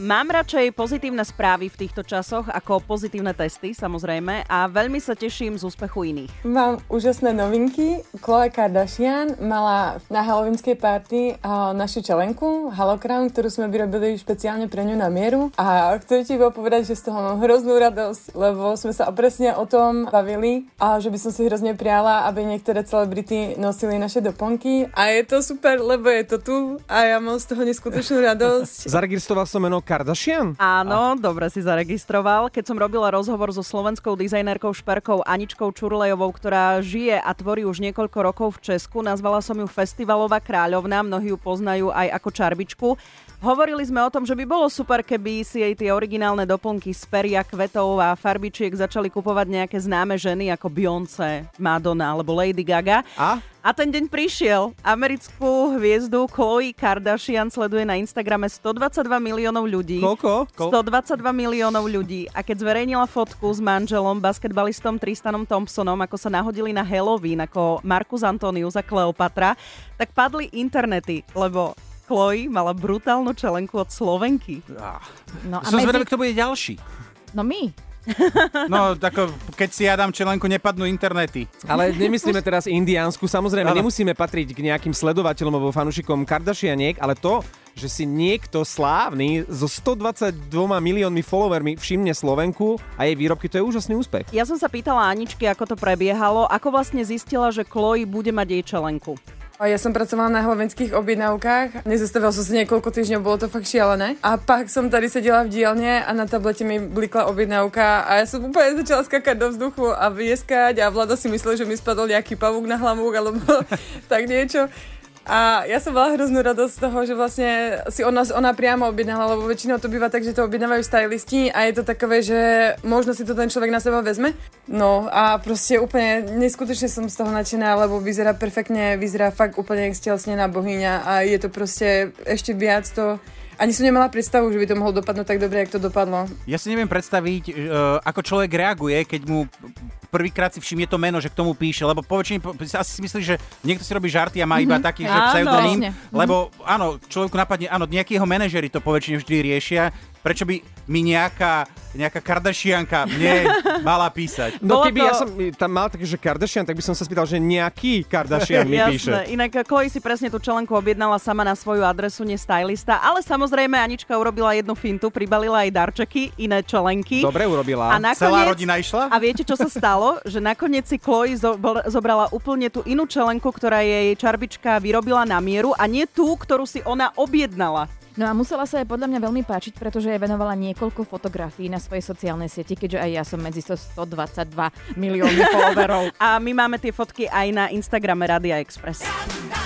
Mám radšej pozitívne správy v týchto časoch ako pozitívne testy, samozrejme, a veľmi sa teším z úspechu iných. Mám úžasné novinky. Khloe Kardashian mala na halloweenskej party našu čelenku Halo Crown, ktorú sme vyrobili špeciálne pre ňu na mieru. A chcem ti povedať, že z toho mám hroznú radosť, lebo sme sa presne o tom bavili a že by som si hrozne priala, aby niektoré celebrity nosili naše doplnky. A je to super, lebo je to tu a ja mám z toho neskutočnú radosť. Zaregistroval som meno Kardashian? Áno, dobre si zaregistroval. Keď som robila rozhovor so slovenskou dizajnérkou šperkou Aničkou Čurlejovou, ktorá žije a tvorí už niekoľko rokov v Česku, nazvala som ju Festivalová kráľovná, mnohí ju poznajú aj ako Čarbičku. Hovorili sme o tom, že by bolo super, keby si jej tie originálne doplnky z peria, kvetov a farbičiek začali kupovať nejaké známe ženy ako Beyoncé, Madonna alebo Lady Gaga. A ten deň prišiel. Americkú hviezdu Khloe Kardashian sleduje na Instagrame 122 miliónov ľudí. Koľko? 122 miliónov ľudí. A keď zverejnila fotku s manželom, basketbalistom Tristanom Thompsonom, ako sa nahodili na Halloween ako Marcus Antonius a Kleopatra, tak padli internety, lebo Khloe mala brutálnu čelenku od Slovenky. No, som zvedavý, kto bude ďalší. No my. No, tako, keď si ja dám čelenku, nepadnú internety. Ale nemyslíme teraz indiánsku, samozrejme nemusíme patriť k nejakým sledovateľom alebo fanúšikom Kardashianiek, ale to, že si niekto slávny so 122 miliónmi followermi všimne Slovenku a jej výrobky, to je úžasný úspech. Ja som sa pýtala Aničky, ako to prebiehalo, ako vlastne zistila, že Khloe bude mať jej čelenku. Ja som pracovala na halloweenských objednávkach, nezastavila som sa niekoľko týždňov, bolo to fakt šialené. A pak som tady sedela v dielne a na tablete mi blikla objednávka a ja som úplne začala skakať do vzduchu a vyjeskať a Vlado si myslel, že mi spadol nejaký pavúk na hlavu alebo tak niečo. A ja som mala hroznú radosť z toho, že vlastne si ona priamo objednala, lebo väčšinou to býva tak, že to objednávajú stylisti a je to takové, že možno si to ten človek na seba vezme. No a proste úplne neskutočne som z toho nadšená, lebo vyzerá perfektne, vyzerá fakt úplne stelesnená bohyňa a je to proste ešte viac to... Ani som nemala predstavu, že by to mohlo dopadnúť tak dobre, jak to dopadlo. Ja si neviem predstaviť, ako človek reaguje, keď mu prvýkrát si všimne to meno, že k tomu píše, lebo poväčšine asi si myslí, že niekto si robí žarty a má iba taký, že pseudonym, lebo áno, človeku napadne, áno, nejakí jeho manažeri to poväčšine vždy riešia. Prečo by mi nejaká Kardashianka mne mala písať? No keby ja som tam mal také, že Kardashian, tak by som sa spýtal, že nejaký Kardashian mi píše. Jasné, inak Khloe si presne tú čelenku objednala sama na svoju adresu, nie stylista, ale samozrejme Anička urobila jednu fintu, pribalila aj darčeky, iné čelenky. Dobre urobila. A nakoniec, celá rodina išla? A viete, čo sa stalo? Že nakoniec si Khloe zobrala úplne tú inú čelenku, ktorá jej Čarbička vyrobila na mieru a nie tú, ktorú si ona objednala. No a musela sa aj podľa mňa veľmi páčiť, pretože jej venovala niekoľko fotografií na svojej sociálnej sieti, keďže aj ja som medzi 122 miliónmi followerov. A my máme tie fotky aj na Instagrame Radia Express.